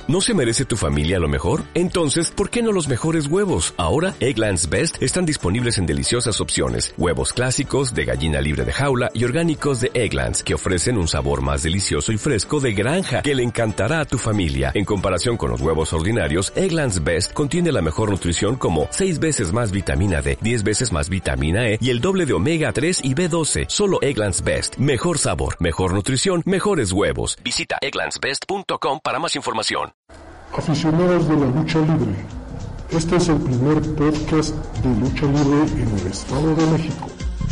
¿No se merece tu familia lo mejor? Entonces, ¿por qué no los mejores huevos? Ahora, Eggland's Best están disponibles en deliciosas opciones. Huevos clásicos, de gallina libre de jaula y orgánicos de Eggland's, que ofrecen un sabor más delicioso y fresco de granja que le encantará a tu familia. En comparación con los huevos ordinarios, Eggland's Best contiene la mejor nutrición como 6 veces más vitamina D, 10 veces más vitamina E y el doble de omega 3 y B12. Solo Eggland's Best. Mejor sabor, mejor nutrición, mejores huevos. Visita egglandsbest.com para más información. Aficionados de la lucha libre, este es el primer podcast de lucha libre en el Estado de México.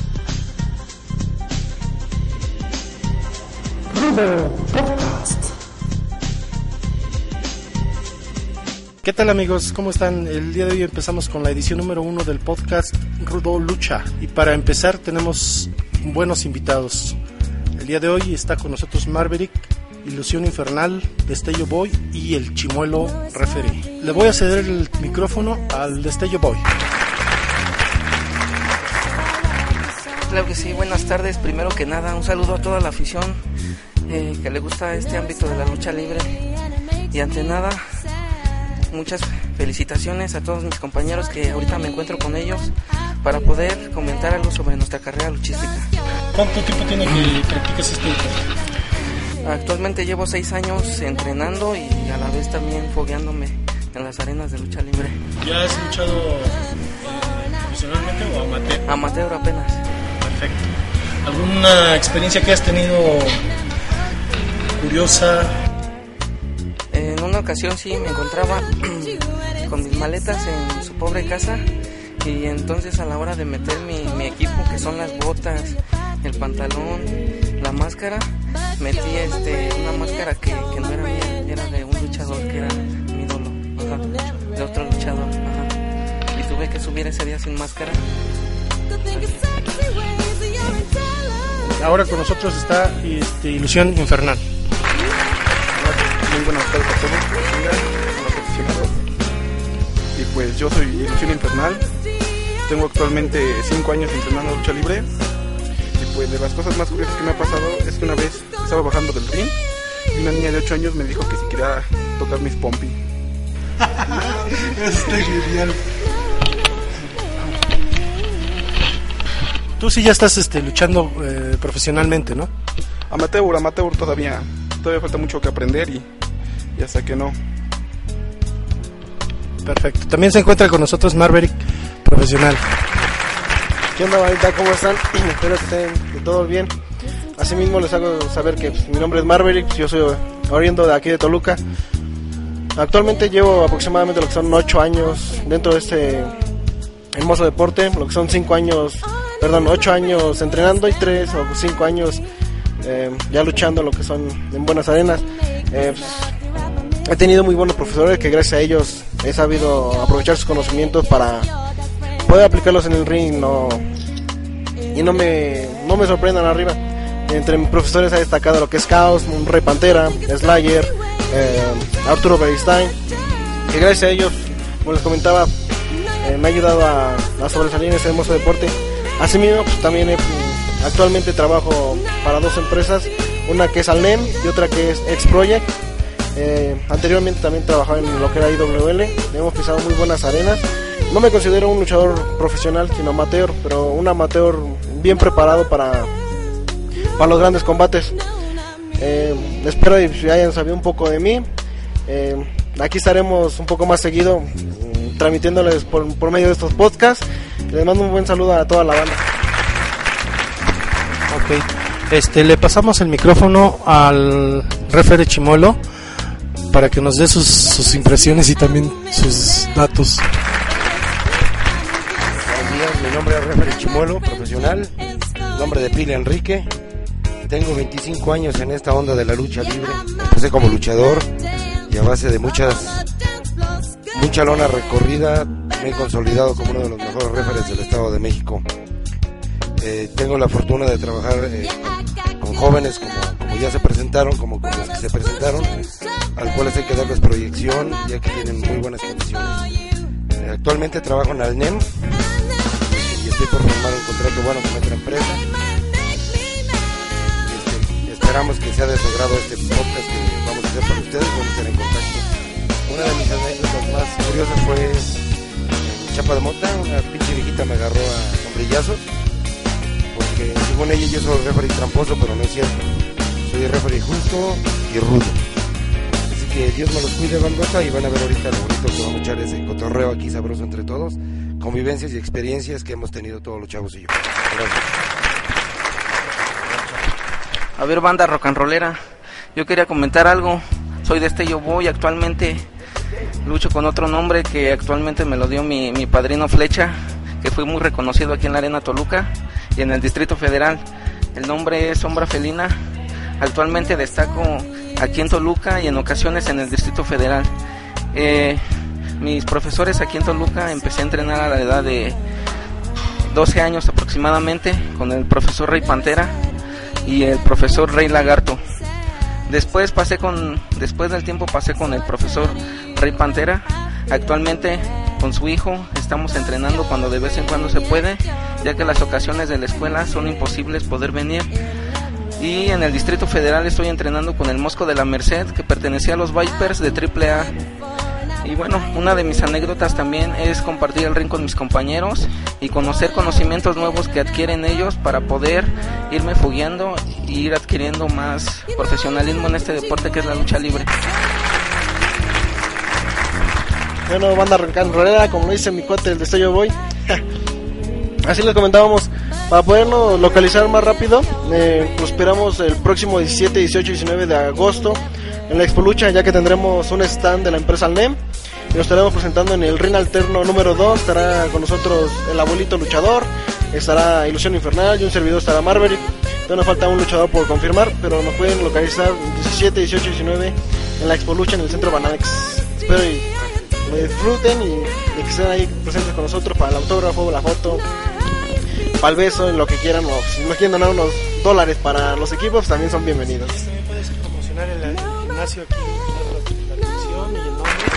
Rudo Podcast. ¿Qué tal, amigos? ¿Cómo están? El día de hoy empezamos con la edición número 1 del podcast Rudo Lucha. Y para empezar tenemos buenos invitados. El día de hoy está con nosotros Maverick, Ilusión Infernal, Destello Boy y el Chimuelo Referee. Le voy a ceder el micrófono al Destello Boy. Claro que sí, buenas tardes. Primero que nada, un saludo a toda la afición que le gusta este ámbito de la lucha libre. Y ante nada, muchas felicitaciones a todos mis compañeros que ahorita me encuentro con ellos para poder comentar algo sobre nuestra carrera luchística. ¿Cuánto tiempo tiene que practicas este deporte? Actualmente llevo 6 años entrenando y a la vez también fogueándome en las arenas de lucha libre. ¿Ya has luchado profesionalmente o amateur? Amateur apenas. Perfecto. ¿Alguna experiencia que has tenido curiosa? En una ocasión sí me encontraba con mis maletas en su pobre casa y entonces a la hora de meter mi equipo, que son las botas, el pantalón, la máscara, metí una máscara que no era mía, era de un luchador que era mi ídolo, de otro luchador, y tuve que subir ese día sin máscara. Ahora con nosotros está Ilusión Infernal. Muy buenas tardes a todos, aficionados. Y pues yo soy Ilusión Infernal. Tengo actualmente 5 años entrenando lucha libre. Y pues de las cosas más curiosas que me ha pasado es que una vez estaba bajando del ring y una niña de 8 años me dijo que si quería tocar mis pompis. Está genial. Tú sí ya estás luchando profesionalmente, ¿no? Amateur todavía falta mucho que aprender y hasta que no. Perfecto. También se encuentra con nosotros Maverick, profesional. ¿Qué onda, bandita? ¿Cómo están? Espero que estén de todo bien. Asimismo les hago saber que mi nombre es Maverick, yo soy oriundo de aquí de Toluca. Actualmente llevo aproximadamente lo que son 8 años dentro de este hermoso deporte, lo que son 8 años entrenando y 3 o 5 años ya luchando lo que son en buenas arenas. He tenido muy buenos profesores que gracias a ellos he sabido aprovechar sus conocimientos para poder aplicarlos en el ring y no me sorprendan arriba. Entre mis profesores ha destacado lo que es Caos, Rey Pantera, Slayer, Arturo Beristain, que gracias a ellos, como les comentaba, me ha ayudado a sobresalir en este hermoso deporte. Asimismo, pues, también actualmente trabajo para 2 empresas, una que es Alnem y otra que es X Project. Anteriormente también trabajaba en lo que era IWL, hemos pisado muy buenas arenas. No me considero un luchador profesional, sino amateur, pero un amateur bien preparado para los grandes combates. Espero que hayan sabido un poco de mí. Aquí estaremos un poco más seguido transmitiéndoles por medio de estos podcasts. Les mando un buen saludo a toda la banda. Ok, le pasamos el micrófono al referee Chimuelo para que nos dé sus impresiones y también sus datos. Buenos días, mi nombre es referee Chimuelo, profesional, nombre de pila Enrique. Tengo 25 años en esta onda de la lucha libre. Empecé como luchador y a base de mucha lona recorrida me he consolidado como uno de los mejores referees del Estado de México. Tengo la fortuna de trabajar con jóvenes como ya se presentaron, como los que se presentaron, al cuales hay que darles proyección ya que tienen muy buenas condiciones. Actualmente trabajo en Alnem y estoy por firmar un contrato bueno con otra empresa. Esperamos que sea de su agrado este podcast que vamos a hacer para ustedes. Vamos a estar en contacto. curiosa fue en Chapa de Mota, una pinche viejita me agarró a sombrillazos, porque según ella yo soy referee tramposo, pero no es cierto. Soy referee justo y rudo. Así que Dios me los cuide, bandota, y van a ver ahorita lo bonito que vamos a echar ese cotorreo aquí sabroso entre todos, convivencias y experiencias que hemos tenido todos los chavos y yo. Gracias. A ver, banda rock and rollera, yo quería comentar algo. Soy de Yo Boy, actualmente lucho con otro nombre que actualmente me lo dio mi padrino Flecha, que fue muy reconocido aquí en la Arena Toluca y en el Distrito Federal. El nombre es Sombra Felina. Actualmente destaco aquí en Toluca y en ocasiones en el Distrito Federal. Mis profesores aquí en Toluca, empecé a entrenar a la edad de 12 años aproximadamente con el profesor Rey Pantera y el profesor Rey Lagarto. Después del tiempo pasé con el profesor Rey Pantera. Actualmente con su hijo estamos entrenando cuando de vez en cuando se puede, ya que las ocasiones de la escuela son imposibles poder venir. Y en el Distrito Federal estoy entrenando con el Mosco de la Merced, que pertenecía a los Vipers de AAA. Y bueno, una de mis anécdotas también es compartir el ring con mis compañeros y conocer conocimientos nuevos que adquieren ellos para poder irme fogueando e ir adquiriendo más profesionalismo en este deporte que es la lucha libre. Bueno, banda rocanrolera, como dice mi cuate el de Yo Boy. Así les comentábamos, para podernos localizar más rápido, los esperamos el próximo 17, 18 y 19 de agosto en la Expo Lucha, ya que tendremos un stand de la empresa Alnem y nos estaremos presentando en el ring alterno número 2. Estará con nosotros el abuelito luchador, estará Ilusión Infernal y un servidor estará Marbury. Todavía nos falta un luchador por confirmar, pero nos pueden localizar 17, 18 y 19 en la Expo Lucha en el Centro Banamex. Espero y lo disfruten y que estén ahí presentes con nosotros para el autógrafo, la foto, para el beso, en lo que quieran, o si nos quieren donar unos $, para los equipos, también son bienvenidos. ¿También puedes promocionar el gimnasio aquí, la dirección y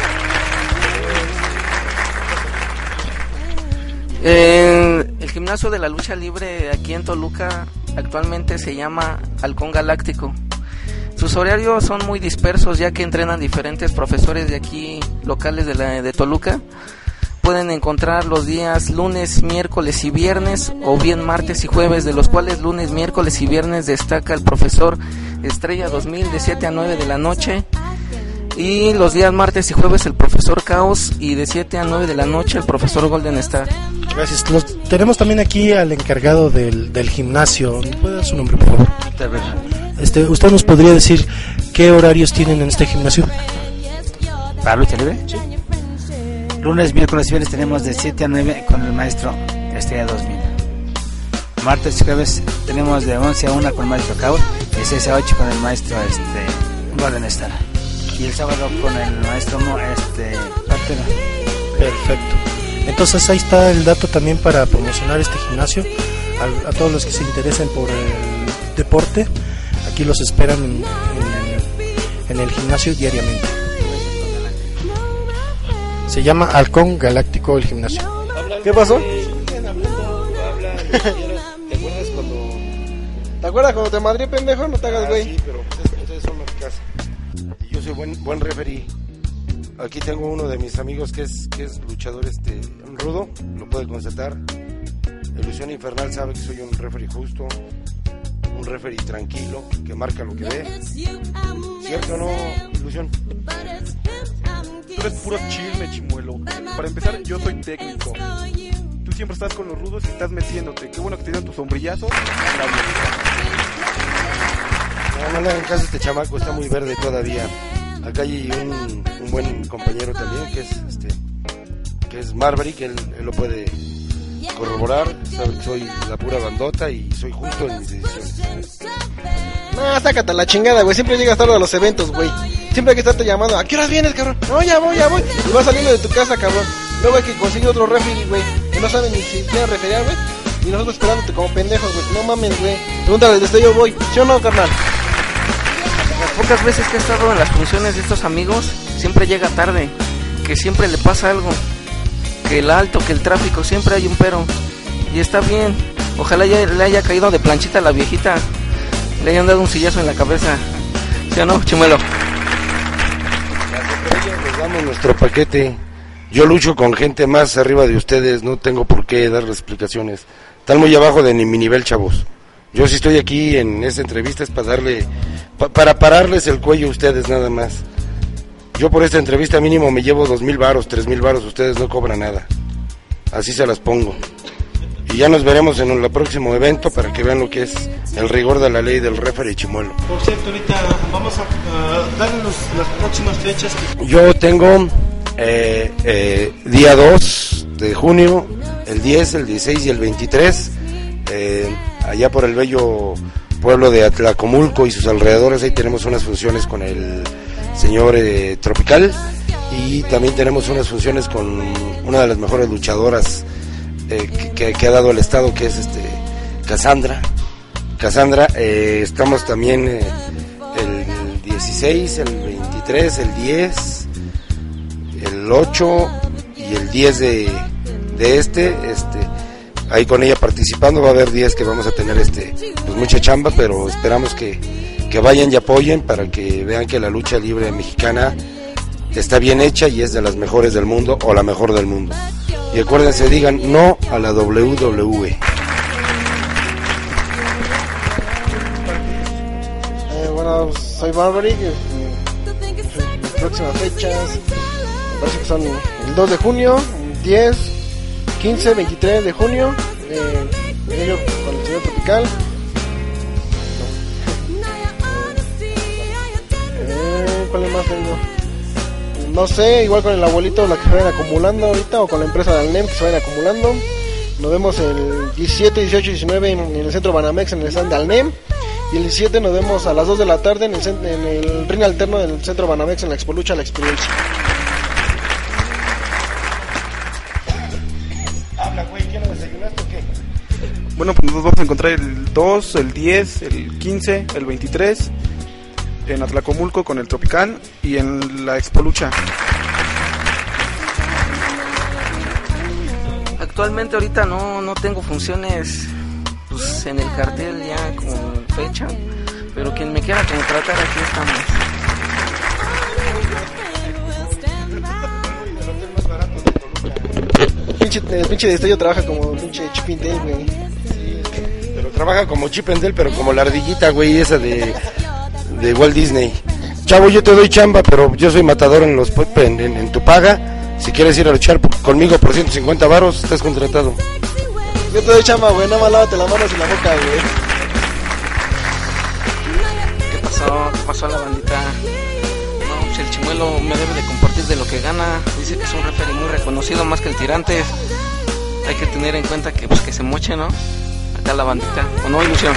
el nombre? El gimnasio de la lucha libre aquí en Toluca actualmente se llama Halcón Galáctico. Sus horarios son muy dispersos, ya que entrenan diferentes profesores de aquí, locales de Toluca. Pueden encontrar los días lunes, miércoles y viernes, o bien martes y jueves, de los cuales lunes, miércoles y viernes destaca el profesor Estrella 2000 de 7 a 9 de la noche, y los días martes y jueves el profesor Caos, y de 7 a 9 de la noche el profesor Golden Star. Gracias. Tenemos también aquí al encargado del gimnasio. ¿Puede dar su nombre, por favor? ¿Usted nos podría decir qué horarios tienen en este gimnasio? ¿Para lucha libre? Sí. Lunes, miércoles y viernes tenemos de 7 a 9 con el maestro Estrella 2000. Martes y jueves tenemos de 11 a 1 con el maestro Caos, de 6 a 8 con el maestro Golden Star. Y el sábado con el maestro Pantera. Perfecto. Entonces ahí está el dato también para promocionar este gimnasio. A todos los que se interesen por el deporte, aquí los esperan en el gimnasio diariamente. Se llama Halcón Galáctico el gimnasio. ¿Qué pasó? ¿Te acuerdas cuando te madrí, pendejo? No te hagas güey. Sí, pero ustedes son los que hacen. Y yo soy buen referee. Aquí tengo uno de mis amigos que es luchador rudo, lo puede constatar. Ilusión Infernal sabe que soy un referee justo, un referee tranquilo, que marca lo que ve. ¿Cierto o no, Ilusión? Tú eres puro chisme, chimuelo. Para empezar, yo soy técnico. Tú siempre estás con los rudos y estás metiéndote. Qué bueno que te dieron tus sombrillazos. No le hagan caso a este chamaco, está muy verde todavía. Acá hay un buen compañero también que es Marbury, que él lo puede corroborar. Sabe que soy la pura bandota y soy justo en mis decisiones. No, sácate la chingada, güey. Siempre llegas tarde a los eventos, güey. Siempre hay que estarte llamando. ¿A qué horas vienes, cabrón? No, ya voy. Y vas saliendo de tu casa, cabrón. Luego hay que conseguir otro referee, güey, que no saben ni si quieren referear, güey. Y nosotros esperándote como pendejos, güey. No mames, güey. Pregúntale desde Yo Voy. ¿Sí o no, carnal? Las pocas veces que he estado en las funciones de estos amigos, siempre llega tarde. Que siempre le pasa algo. Que el alto, que el tráfico, siempre hay un pero. Y está bien. Ojalá le haya caído de planchita a la viejita. Le hayan dado un sillazo en la cabeza. ¿Sí o no, chimuelo? Les damos nuestro paquete Yo lucho con gente más arriba de ustedes, no tengo por qué darles explicaciones. Están muy abajo de mi nivel, chavos. Yo sí estoy aquí en esta entrevista es para pararles el cuello a ustedes nada más. Yo por esta entrevista mínimo me llevo 2,000 varos, 3,000 varos, ustedes no cobran nada. Así se las pongo. Y ya nos veremos en el próximo evento para que vean lo que es el rigor de la ley del referee Chimuelo. Por cierto, ahorita vamos a darnos las próximas fechas. Yo tengo día 2 de junio, el 10, el 16 y el 23, allá por el bello pueblo de Atlacomulco y sus alrededores. Ahí tenemos unas funciones con el señor Tropical, y también tenemos unas funciones con una de las mejores luchadoras que ha dado el estado, que es Cassandra. Estamos también el 16, el 23, el 10, el 8 y el 10 de ahí con ella participando. Va a haber días que vamos a tener pues mucha chamba, pero esperamos que vayan y apoyen para que vean que la lucha libre mexicana está bien hecha y es de las mejores del mundo, o la mejor del mundo. Y acuérdense, digan no a la WWE. Bueno, soy Maverick. Mis próximas fechas me parece que son el 2 de junio, 10, 15, 23 de junio, ello con el señor Tropical. ¿Cuál más tengo? No sé, igual con el abuelito, la que se vayan acumulando ahorita, o con la empresa de Alnem que se vayan acumulando. Nos vemos el 17, 18 y 19 en el centro Banamex, en el stand de Alnem. Y el 17 nos vemos a las 2 de la tarde en el ring alterno del centro Banamex, en la Expo Lucha, la experiencia. Habla, güey, ¿qué no desayunaste o qué? Bueno, pues nos vamos a encontrar el 2, el 10, el 15, el 23 en Atlacomulco con el Tropical y en la Expo Lucha. Actualmente ahorita no tengo funciones pues en el cartel ya con fecha, pero quien me quiera contratar, aquí estamos. El pinche Destello trabaja como pinche Chip and Dale, güey. Sí, pero trabaja como Chip and Dale, pero como la ardillita, güey, esa de Walt Disney. Chavo, yo te doy chamba, pero yo soy matador en tu paga. Si quieres ir a luchar conmigo por 150 varos, estás contratado. Yo te doy chamba, güey, nada más lávate las manos y la boca, güey. ¿Qué pasó a la bandita? No, pues el Chimuelo me debe de compartir de lo que gana. Dice que es un referee muy reconocido, más que el Tirantes. Hay que tener en cuenta que pues que se moche, ¿no? Acá la bandita, ¿o no, Ilusión?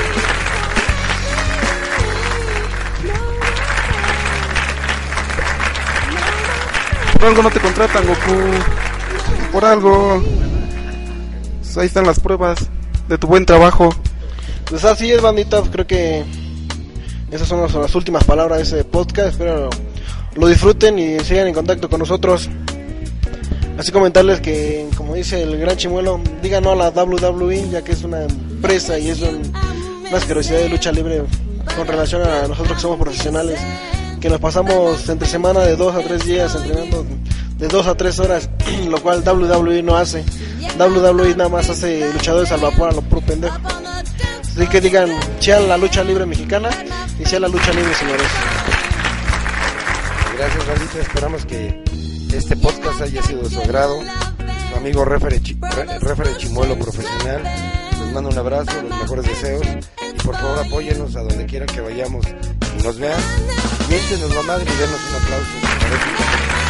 Por algo no te contratan, Goku. Por algo. Pues ahí están las pruebas de tu buen trabajo. Pues así es, bandita. Creo que esas son las últimas palabras de ese podcast. Espero lo disfruten y sigan en contacto con nosotros. Así comentarles que, como dice el gran Chimuelo, digan no a la WWE, ya que es una empresa y es una asquerosidad de lucha libre con relación a nosotros que somos profesionales, que nos pasamos entre semana de 2 a 3 días entrenando de 2 a 3 horas, lo cual WWE no hace. WWE nada más hace luchadores al vapor, a lo puro pendejo. Así que digan, sea la lucha libre mexicana y sea la lucha libre, señores. Gracias, bandita. Esperamos que este podcast haya sido de su agrado. Su amigo referee Chimuelo profesional les mando un abrazo, los mejores deseos, y por favor apóyenos a donde quiera que vayamos y nos vean. Miéntenos la madre y denos un aplauso.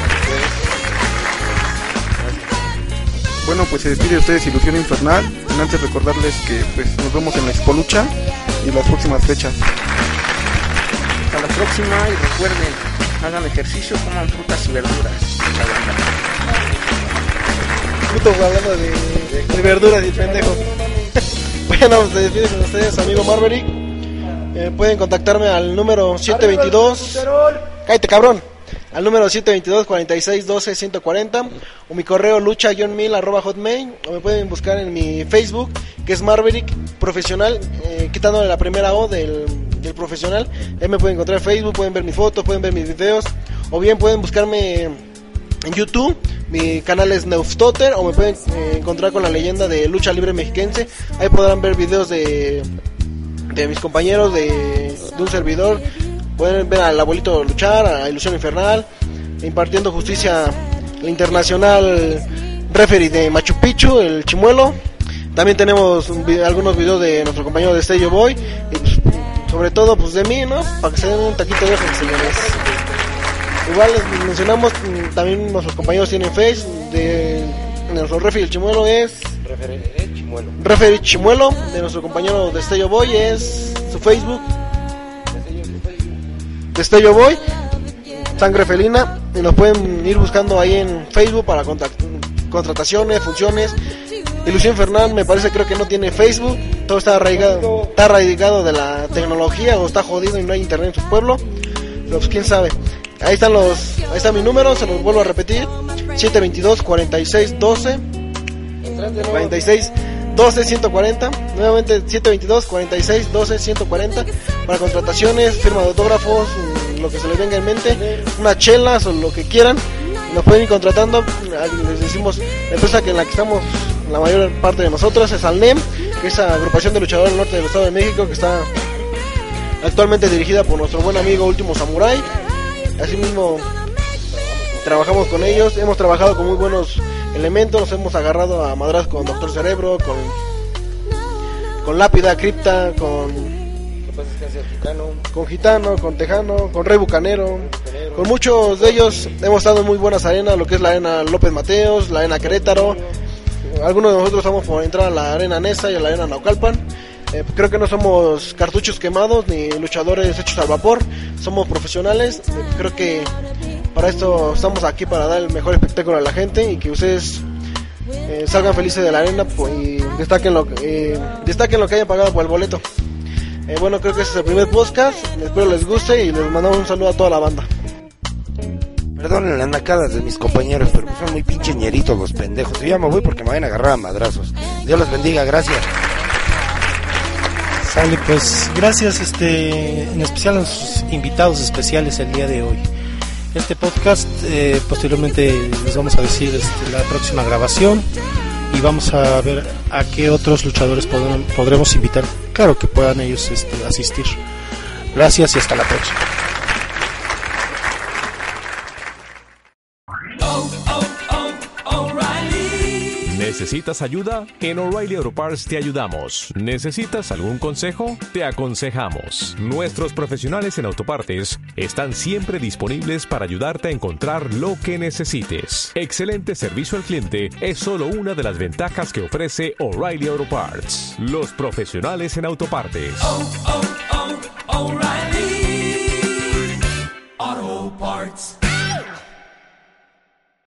Bueno, pues se despide de ustedes Ilusión Infernal. Sin antes recordarles que pues nos vemos en la Expo Lucha y las próximas fechas. Hasta la próxima, y recuerden, hagan ejercicio, coman frutas y verduras. Puto hablando de verduras y pendejo. Bueno, se despide con ustedes, amigo Maverick. Pueden contactarme al número 722. ¡Cállate, cabrón! Al número 722-4612-140, o mi correo lucha-1000@hotmail, o me pueden buscar en mi Facebook, que es Maverick Profesional, quitándole la primera O del profesional. Ahí me pueden encontrar en Facebook, pueden ver mis fotos, pueden ver mis videos, o bien pueden buscarme en YouTube. Mi canal es Neufstotter, o me pueden encontrar con la leyenda de lucha libre mexiquense. Ahí podrán ver videos de mis compañeros, de un servidor. Pueden ver al abuelito luchar, a Ilusión Infernal, impartiendo justicia, el internacional referee de Machu Picchu, el Chimuelo. También tenemos algunos videos de nuestro compañero Destello Boy, y pues, sobre todo pues de mí, ¿no? Para que se den un taquito de ojo, señores. Igual les mencionamos, también nuestros compañeros tienen Face, de nuestro referee el Chimuelo es Referee Chimuelo, de nuestro compañero Destello Boy es su Facebook, Destello Boy, Sangre Felina, y nos pueden ir buscando ahí en Facebook para contrataciones, funciones. Ilusión Infernal me parece, creo que no tiene Facebook, todo está arraigado de la tecnología, o está jodido y no hay internet en su pueblo, pero pues quién sabe. Ahí está mi número, se los vuelvo a repetir, 722-46-12, 46-12-140, nuevamente 722-46-12-140, para contrataciones, firma de autógrafos, lo que se les venga en mente, unas chelas o lo que quieran, nos pueden ir contratando. Les decimos, la empresa en la que estamos la mayor parte de nosotros es Alnem, que es la agrupación de luchadores del norte del Estado de México, que está actualmente dirigida por nuestro buen amigo Último Samurai. Asimismo trabajamos con ellos, hemos trabajado con muy buenos elementos, nos hemos agarrado a madras con Doctor Cerebro, con Lápida, Cripta, con Gitano, con Tejano, con Rey Bucanero, con muchos de ellos hemos estado en muy buenas arenas, lo que es la arena López Mateos, la arena Querétaro. Algunos de nosotros estamos por entrar a la arena Nesa y a la arena Naucalpan. Creo que no somos cartuchos quemados ni luchadores hechos al vapor, somos profesionales. Creo que para esto estamos aquí, para dar el mejor espectáculo a la gente y que ustedes salgan felices de la arena y destaquen lo que hayan pagado por el boleto. Bueno, creo que ese es el primer podcast, espero les guste y les mandamos un saludo a toda la banda. Perdonen las nacadas de mis compañeros, pero son muy pinche ñeritos los pendejos. Yo ya me voy porque me van a agarrar a madrazos. Dios los bendiga, gracias. Sale, pues gracias en especial a los invitados especiales el día de hoy. Este podcast posteriormente les vamos a decir la próxima grabación y vamos a ver a qué otros luchadores podremos invitar. Claro que puedan ellos asistir. Gracias y hasta la próxima. ¿Necesitas ayuda? En O'Reilly Auto Parts te ayudamos. ¿Necesitas algún consejo? Te aconsejamos. Nuestros profesionales en autopartes están siempre disponibles para ayudarte a encontrar lo que necesites. Excelente servicio al cliente es solo una de las ventajas que ofrece O'Reilly Auto Parts. Los profesionales en autopartes. O'Reilly.